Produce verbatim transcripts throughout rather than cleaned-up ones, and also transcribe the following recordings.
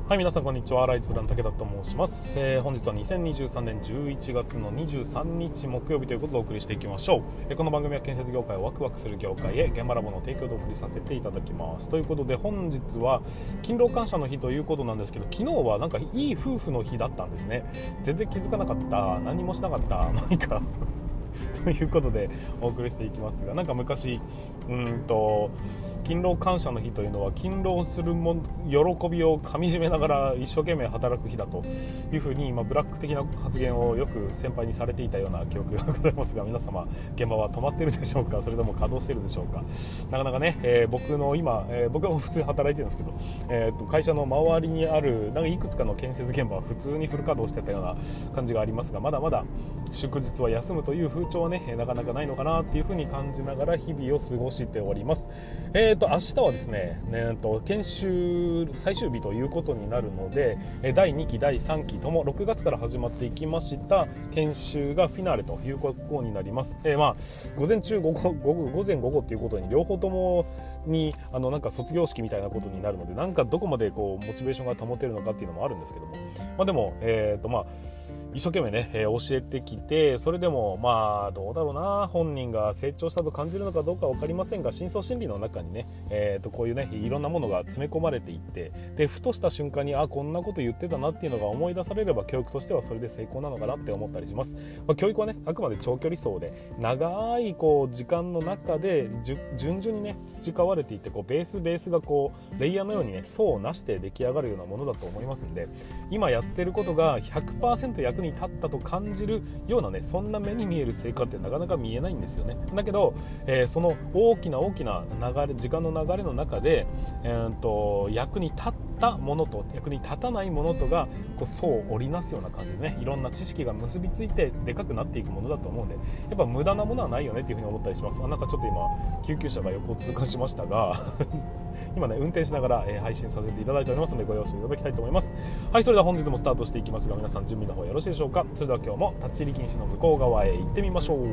はい、皆さんこんにちは。ライツブラン武田と申します、えー、本日はにせんにじゅうさんねんじゅういちがつのにじゅうさんにち木曜日ということでお送りしていきましょう。えー、この番組は建設業界をワクワクする業界へ現場ラボの提供でお送りさせていただきますということで、本日は勤労感謝の日ということなんですけど、昨日はなんかいい夫婦の日だったんですね。全然気づかなかった、何もしなかった、何かということでお送りしていきますが、なんか昔うんと勤労感謝の日というのは勤労するも喜びをかみしめながら一生懸命働く日だというふうに、まあ、ブラック的な発言をよく先輩にされていたような記憶がございますが、皆様現場は止まっているでしょうか、それとも稼働しているでしょうか。なかなかね、えー、僕の今、えー、僕は普通に働いてるんですけど、えー、と会社の周りにあるなんかいくつかの建設現場は普通にフル稼働してたような感じがありますが、まだまだ祝日は休むという風潮はねなかなかないのかなっていう風に感じながら日々を過ごしております。えーと明日はですね、えーと研修最終日ということになるので、だいにきだいさんきともろくがつから始まっていきました研修がフィナーレということになります。えー、まあ午前中午後午後午前午後っていうことに両方ともにあのなんか卒業式みたいなことになるので、なんかどこまでこうモチベーションが保てるのかっていうのもあるんですけども、まあでもえーとまあ一生懸命ね、えー、教えてきて、それでもまあどうだろうな、本人が成長したと感じるのかどうか分かりませんが、深層心理の中にね、えー、とこういうねいろんなものが詰め込まれていって、でふとした瞬間にあこんなこと言ってたなっていうのが思い出されれば、教育としてはそれで成功なのかなって思ったりします。まあ、教育はねあくまで長距離走で長いこう時間の中で順々にね培われていって、こうベースベースがこうレイヤーのようにね層をなして出来上がるようなものだと思いますんで、今やってることが ひゃくパーセント 役に立ったと感じるようなね、そんな目に見える成果ってなかなか見えないんですよね。だけど、えー、その大きな大きな流れ時間の流れの中で、えー、と役に立ったものと役に立たないものとがこう層を織りなすような感じでね、いろんな知識が結びついてでかくなっていくものだと思うんで、やっぱ無駄なものはないよねっていうふうに思ったりします。あなんかちょっと今救急車が横を通過しましたが今ね運転しながら、えー、配信させていただいておりますので、ご了承いただきたいと思います。はい、それでは本日もスタートしていきますが、皆さん準備の方よろしいでしょうか。それでは今日も立ち入り禁止の向こう側へ行ってみましょう。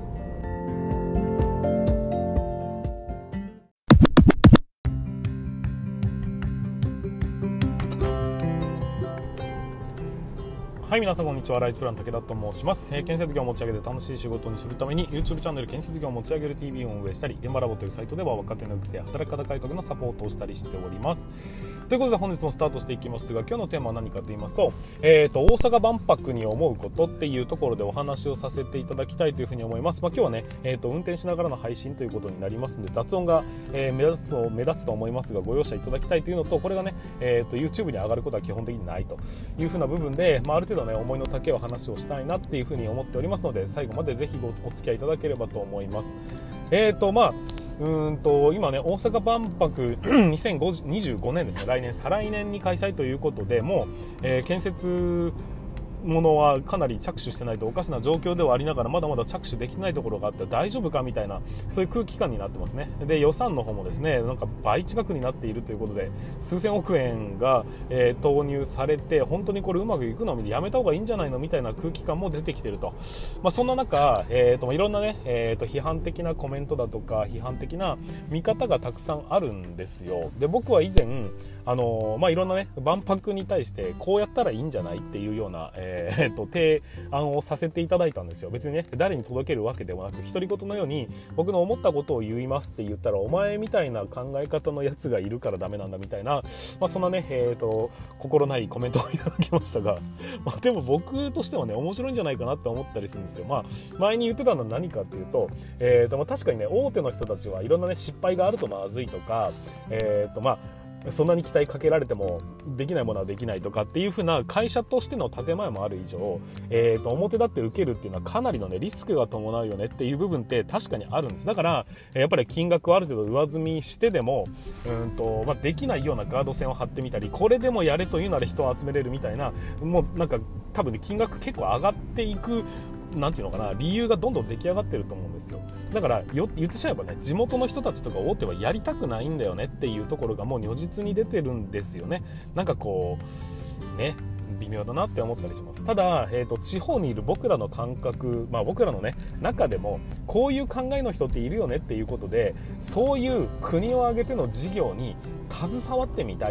はい、皆さんこんにちは。ライトプラン武田と申します。えー、建設業を持ち上げて楽しい仕事にするために YouTube チャンネル建設業を持ち上げる ティーブイ を運営したり、現場ラボというサイトでは若手の育成や働き方改革のサポートをしたりしております。ということで本日もスタートしていきますが、今日のテーマは何かと言いますと、えーと大阪万博に思うことっていうところでお話をさせていただきたいというふうに思います。まあ、今日はね、えーと運転しながらの配信ということになりますので、雑音が、えー、目立つと目立つと思いますが、ご容赦いただきたいというのと、これがね、えーと YouTube に上がることは基本的にないというふうな部分で、まあ、ある程度ね思いの丈を話をしたいなっていうふうに思っておりますので、最後までぜひお付き合いいただければと思います。えーとまあうーんと今ね大阪万博にせんにじゅうごねんですね、来年再来年に開催ということで、もう、えー、建設ものはかなり着手してないとおかしな状況ではありながら、まだまだ着手できないところがあって大丈夫かみたいな、そういう空気感になってますね。で予算の方もですねなんか倍近くになっているということで、数千億円が、えー、投入されて、本当にこれうまくいくのやめた方がいいんじゃないのみたいな空気感も出てきていると。まあ、そんな中、えー、といろんなね、えー、と批判的なコメントだとか批判的な見方がたくさんあるんですよ。で僕は以前あのーまあ、いろんなね万博に対してこうやったらいいんじゃないっていうような、えー、と提案をさせていただいたんですよ。別にね誰に届けるわけではなく、独り言のように僕の思ったことを言いますって言ったら、お前みたいな考え方のやつがいるからダメなんだみたいな、まあ、そんなね、えー、と心ないコメントをいただきましたが、まあ、でも僕としてはね面白いんじゃないかなって思ったりするんですよ。まあ、前に言ってたのは何かっていうと、えーとまあ、確かにね大手の人たちはいろんなね失敗があるとまずいとか、えーとまあそんなに期待かけられてもできないものはできないとかっていう風な会社としての建前もある以上、えーと表立って受けるっていうのはかなりのねリスクが伴うよねっていう部分って確かにあるんです。だからやっぱり金額をある程度上積みしてでもうんと、まあ、できないようなガード線を張ってみたり、これでもやれというなら人を集めれるみたいな、もうなんか多分ね金額結構上がっていくなんていうのかな、理由がどんどん出来上がってると思うんですよ。だからよ言ってしまえばね、地元の人たちとか大手はやりたくないんだよねっていうところがもう如実に出てるんですよね。なんかこうね微妙だなって思ったりします。ただ、えーと、地方にいる僕らの感覚、まあ、僕らのね中でもこういう考えの人っているよねっていうことで、そういう国を挙げての事業に携わってみたいっていう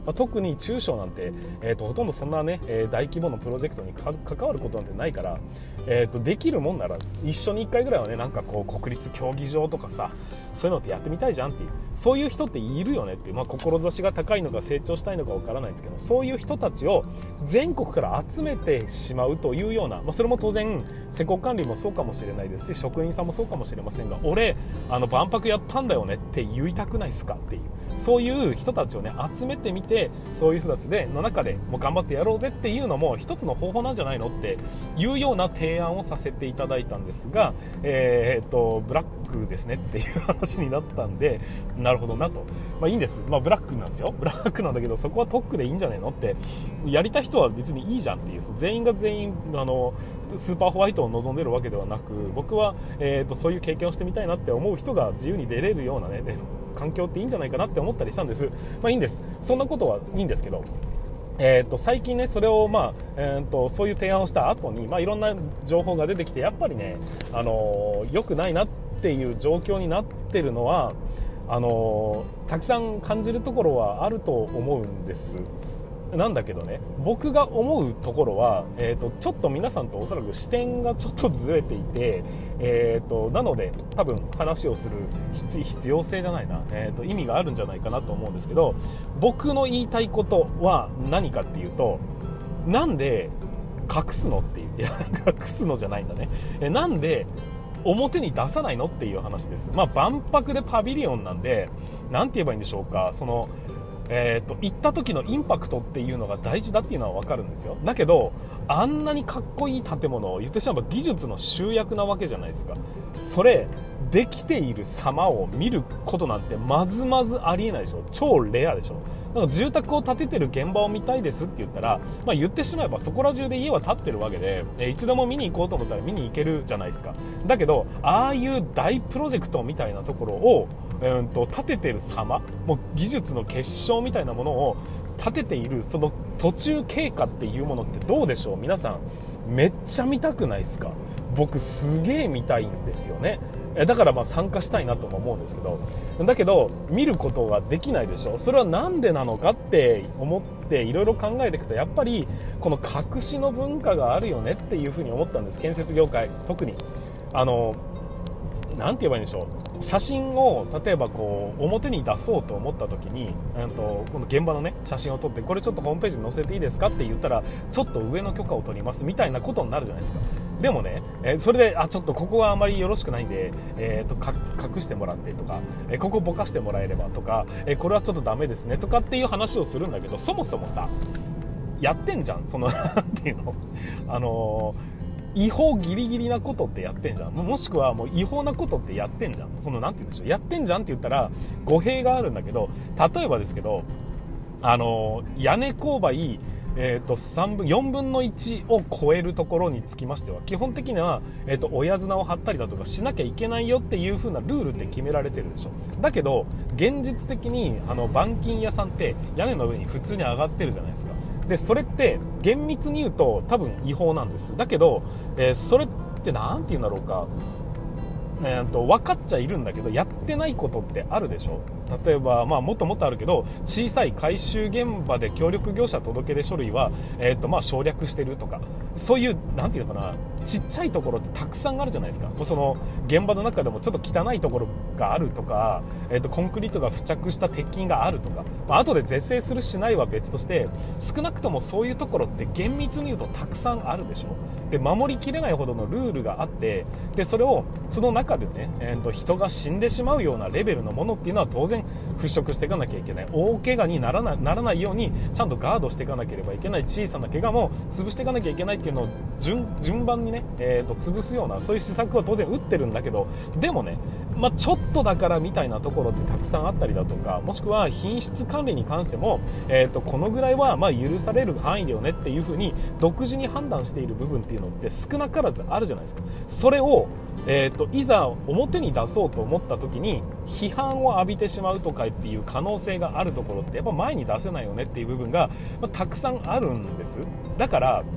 まあ、特に中小なんて、えー、とほとんどそんなね、えー、大規模のプロジェクトにか関わることなんてないから、えー、とできるもんなら一緒にいっかいぐらいはね、なんかこう国立競技場とかさ、そういうのってやってみたいじゃんっていう、そういう人っているよねっていう、まあ、志が高いのか成長したいのかわからないんですけど、そういう人たちを全国から集めてしまうというような、まあ、それも当然施工管理もそうかもしれないですし、職人さんもそうかもしれませんが、俺あの万博やったんだよねって言いたくないっすかっていう、そういう人たちをね集めてみて、そういう人たちでの中でもう頑張ってやろうぜっていうのも一つの方法なんじゃないのっていうような提案をさせていただいたんですが、えー、っとブラックですねっていう話になったんで、なるほどなと、まあいいんです、まあブラックなんですよ、ブラックなんだけど、そこは特区でいいんじゃないのって、やりたい人は別にいいじゃんっていう、全員が全員あのスーパーホワイトを望んでるわけではなく、僕は、えー、とそういう経験をしてみたいなって思う人が自由に出れるようなね環境っていいんじゃないかなって思ったりしたんです。まあいいんです、そんなことはいいんですけど、えー、と最近ねそれを、まあえー、とそういう提案をした後に、まあ、いろんな情報が出てきて、やっぱりね、あのー、良くないなっていう状況になってるのはあのー、たくさん感じるところはあると思うんです。なんだけどね、僕が思うところは、えー、とちょっと皆さんとおそらく視点がちょっとずれていて、えー、となので多分話をする 必, 必要性じゃないな、えー、と意味があるんじゃないかなと思うんですけど、僕の言いたいことは何かっていうと、なんで隠すのっていう、いや隠すのじゃないんだね、えなんで表に出さないのっていう話です。まあ万博でパビリオンなんで、なんて言えばいいんでしょうか、そのえー、と行った時のインパクトっていうのが大事だっていうのは分かるんですよ。だけどあんなにかっこいい建物を言ってしまえば技術の集約なわけじゃないですか。それできている様を見ることなんてまずまずありえないでしょ。超レアでしょ。なんか住宅を建ててる現場を見たいですって言ったら、まあ、言ってしまえばそこら中で家は建ってるわけで、えいつでも見に行こうと思ったら見に行けるじゃないですか。だけどああいう大プロジェクトみたいなところをうんと立ててる様、もう技術の結晶みたいなものを立てているその途中経過っていうものってどうでしょう。皆さんめっちゃ見たくないですか。僕すげえ見たいんですよね。だからまあ参加したいなとも思うんですけど、だけど見ることはできないでしょ。それはなんでなのかって思っていろいろ考えていくと、やっぱりこの隠しの文化があるよねっていうふうに思ったんです。建設業界特にあのなんて言えばいいんでしょう。写真を例えばこう表に出そうと思った時に、うん、とこの現場のね写真を撮って、これちょっとホームページに載せていいですかって言ったら、ちょっと上の許可を取りますみたいなことになるじゃないですか。でもね、えー、それであちょっとここはあまりよろしくないんで、えー、とか隠してもらってとか、えー、ここぼかしてもらえればとか、えー、これはちょっとダメですねとかっていう話をするんだけど、そもそもさやってんじゃん、そのなんていうのあのー違法ギリギリなことってやってんじゃん。もしくはもう違法なことってやってんじゃん。そのなんて言うんでしょう、やってんじゃんって言ったら語弊があるんだけど、例えばですけど、あの屋根勾配、えー、とさんぶんよんぶんのいちを超えるところにつきましては、基本的には、えー、と親綱を張ったりだとかしなきゃいけないよっていう風なルールって決められてるでしょ。だけど現実的にあの板金屋さんって屋根の上に普通に上がってるじゃないですか。でそれって厳密に言うと多分違法なんです。だけど、えー、それってなんて言うんだろうか、えー、と分かっちゃいるんだけどやってないことってあるでしょ。例えば、まあ、もっともっとあるけど、小さい回収現場で協力業者届出書類は、えーとまあ、省略してるとか、そういうなんていうのかな、ちっちゃいところってたくさんあるじゃないですか。その現場の中でもちょっと汚いところがあるとか、えーとコンクリートが付着した鉄筋があるとか、まあ後で是正するしないは別として、少なくともそういうところって厳密に言うとたくさんあるでしょ。で守りきれないほどのルールがあって、でそれをその中でね、えーと人が死んでしまうようなレベルのものっていうのは当然払拭していかなきゃいけない。大怪我にならな、ならないようにちゃんとガードしていかなければいけない。小さな怪我も潰していかなきゃいけないっていうのを 順, 順番にね、えー、と潰すような、そういう施策は当然打ってるんだけど、でもね、まあ、ちょっとだからみたいなところってたくさんあったりだとか、もしくは品質管理に関しても、えー、とこのぐらいはまあ許される範囲だよねっていう風に独自に判断している部分っていうのって少なからずあるじゃないですか。それをえー、といざ表に出そうと思った時に批判を浴びてしまうとかっていう可能性があるところってやっぱ前に出せないよねっていう部分が、まあ、たくさんあるんです。だから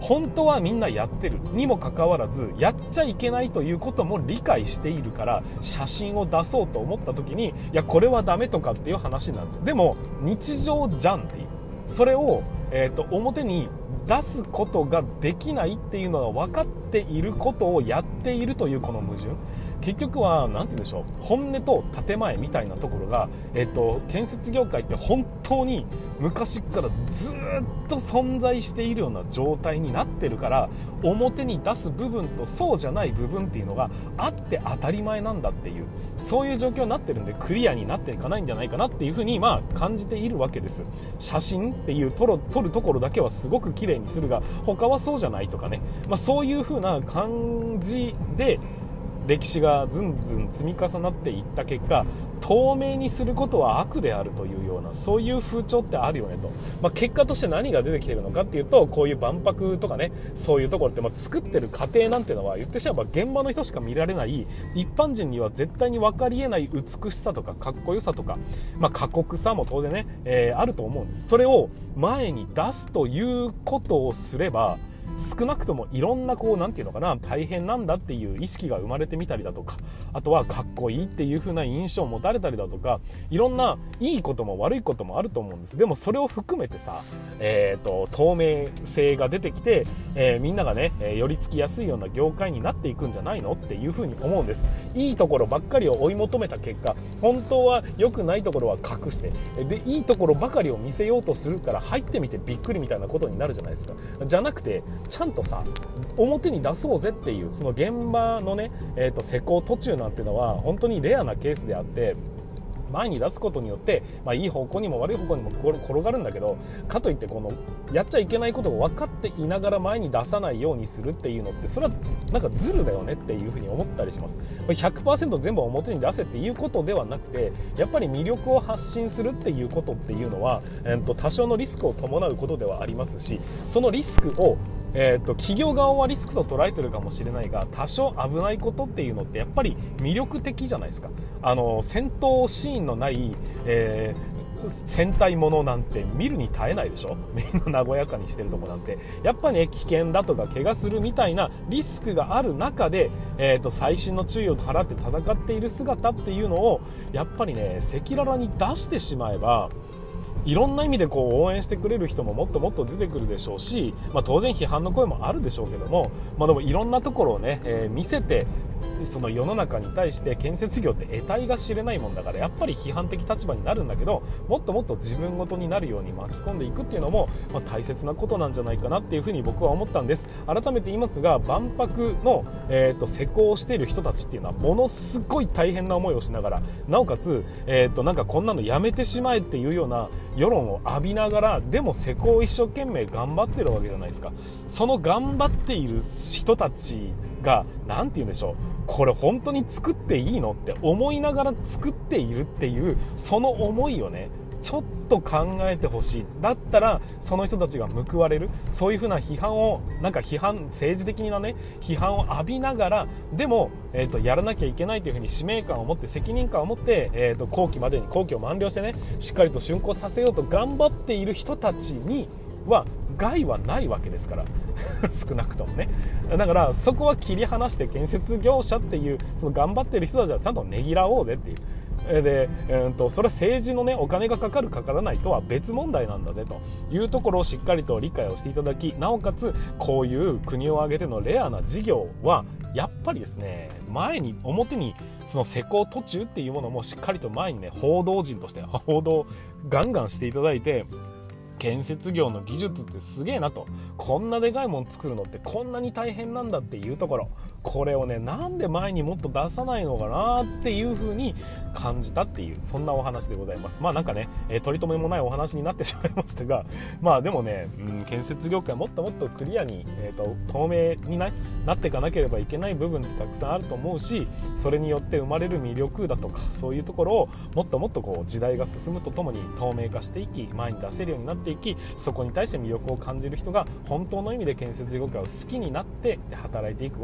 本当はみんなやってるにもかかわらず、やっちゃいけないということも理解しているから写真を出そうと思った時に、いやこれはダメとかっていう話なんです。でも日常じゃんっていう、それを、えーと、表に出すことができないっていうのが分かっていることをやっているというこの矛盾、結局は何て言うんでしょう、本音と建前みたいなところが、えーと、建設業界って本当に昔からずっと存在しているような状態になってるから、表に出す部分とそうじゃない部分っていうのがあって当たり前なんだっていう、そういう状況になってるんで、クリアになっていかないんじゃないかなっていうふうにまあ感じているわけです。写真っていう撮る、撮るところだけはすごく綺麗にするが他はそうじゃないとかね、まあ、そういうふうな感じで歴史がずんずん積み重なっていった結果、透明にすることは悪であるというような、そういう風潮ってあるよねと、まあ、結果として何が出てきているのかっていうと、こういう万博とかね、そういうところって、まあ作ってる過程なんていうのは言ってしまえば現場の人しか見られない、一般人には絶対に分かりえない美しさとかかっこよさとか、まあ、過酷さも当然ね、えー、あると思うんです。それを前に出すということをすれば、少なくともいろんなこうなんていうのかな、大変なんだっていう意識が生まれてみたりだとか、あとはかっこいいっていう風な印象を持たれたりだとか、いろんないいことも悪いこともあると思うんです。でもそれを含めてさ、えーと、透明性が出てきて、えー、みんながね、えー、寄り付きやすいような業界になっていくんじゃないのっていう風に思うんです。いいところばっかりを追い求めた結果、本当は良くないところは隠して、でいいところばかりを見せようとするから入ってみてびっくりみたいなことになるじゃないですか。じゃなくてちゃんとさ、表に出そうぜっていう、その現場のね、えーと、施工途中なんていうのは本当にレアなケースであって、前に出すことによって、まあ、いい方向にも悪い方向にも転がるんだけど、かといってこのやっちゃいけないことを分かっていながら前に出さないようにするっていうのって、それはなんかズルだよねっていうふうに思ったりします。ひゃくパーセント 全部表に出せっていうことではなくて、やっぱり魅力を発信するっていうことっていうのは、えーと、多少のリスクを伴うことではありますし、そのリスクをえーと、企業側はリスクと捉えてるかもしれないが、多少危ないことっていうのってやっぱり魅力的じゃないですか。あの戦闘シーンのない、えー、戦隊ものなんて見るに耐えないでしょ。みんな和やかにしてるとこなんてやっぱね、危険だとか怪我するみたいなリスクがある中で、えーと、細心の注意を払って戦っている姿っていうのをやっぱりね、赤裸々に出してしまえば、いろんな意味でこう応援してくれる人ももっともっと出てくるでしょうし、まあ、当然批判の声もあるでしょうけども、まあ、でもいろんなところをね、えー、見せて、その世の中に対して建設業って得体が知れないもんだから、やっぱり批判的立場になるんだけど、もっともっと自分ごとになるように巻き込んでいくっていうのも、まあ、大切なことなんじゃないかなっていうふうに僕は思ったんです。改めて言いますが、万博の、えーと、施工をしている人たちっていうのはものすごい大変な思いをしながら、なおかつ、えーと、なんかこんなのやめてしまえっていうような世論を浴びながら、でも施工を一生懸命頑張ってるわけじゃないですか。その頑張っている人たちがなんて言うんでしょう、これ本当に作っていいのって思いながら作っているっていう、その思いをね、ちょっと考えてほしい。だったらその人たちが報われる、そういう風な批判を、なんか批判、政治的なね批判を浴びながらでも、えーと、やらなきゃいけないという風に使命感を持って、責任感を持って、えーと、工期までに工期を満了してね、しっかりと竣工させようと頑張っている人たちには害はないわけですから少なくともね。だからそこは切り離して、建設業者っていうその頑張っている人たちはちゃんとねぎらおうぜっていう。で、うんと、それは政治のね、お金がかかるかからないとは別問題なんだぜというところをしっかりと理解をしていただき、なおかつこういう国を挙げてのレアな事業はやっぱりですね、前に表にその施工途中っていうものもしっかりと前にね、報道陣として報道ガンガンしていただいて、建設業の技術ってすげえなと、こんなでかいもん作るのってこんなに大変なんだっていうところ、これをね、なんで前にもっと出さないのかなっていう風に感じたっていう、そんなお話でございます。まあなんかね、えー、取り留めもないお話になってしまいましたが、まあでもね、うん、建設業界もっともっとクリアに、えーと、透明に な, なっていかなければいけない部分ってたくさんあると思うし、それによって生まれる魅力だとか、そういうところをもっともっとこう時代が進むとともに透明化していき、前に出せるようになっていき、そこに対して魅力を感じる人が本当の意味で建設業界を好きになって働いていく、ワクワクする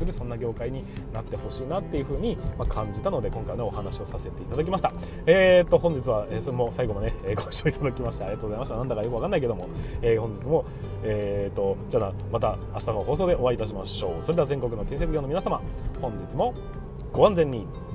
るそんな業界になってほしいなっていう風にまあ感じたので、今回のお話をさせていただきました。えー、と本日は、えー、それも最後まで、ね、えー、ご視聴いただきましてありがとうございました。なんだかよくわかんないけども、えー、本日も、えー、とじゃあまた明日の放送でお会いいたしましょう。それでは全国の建設業の皆様、本日もご安全に。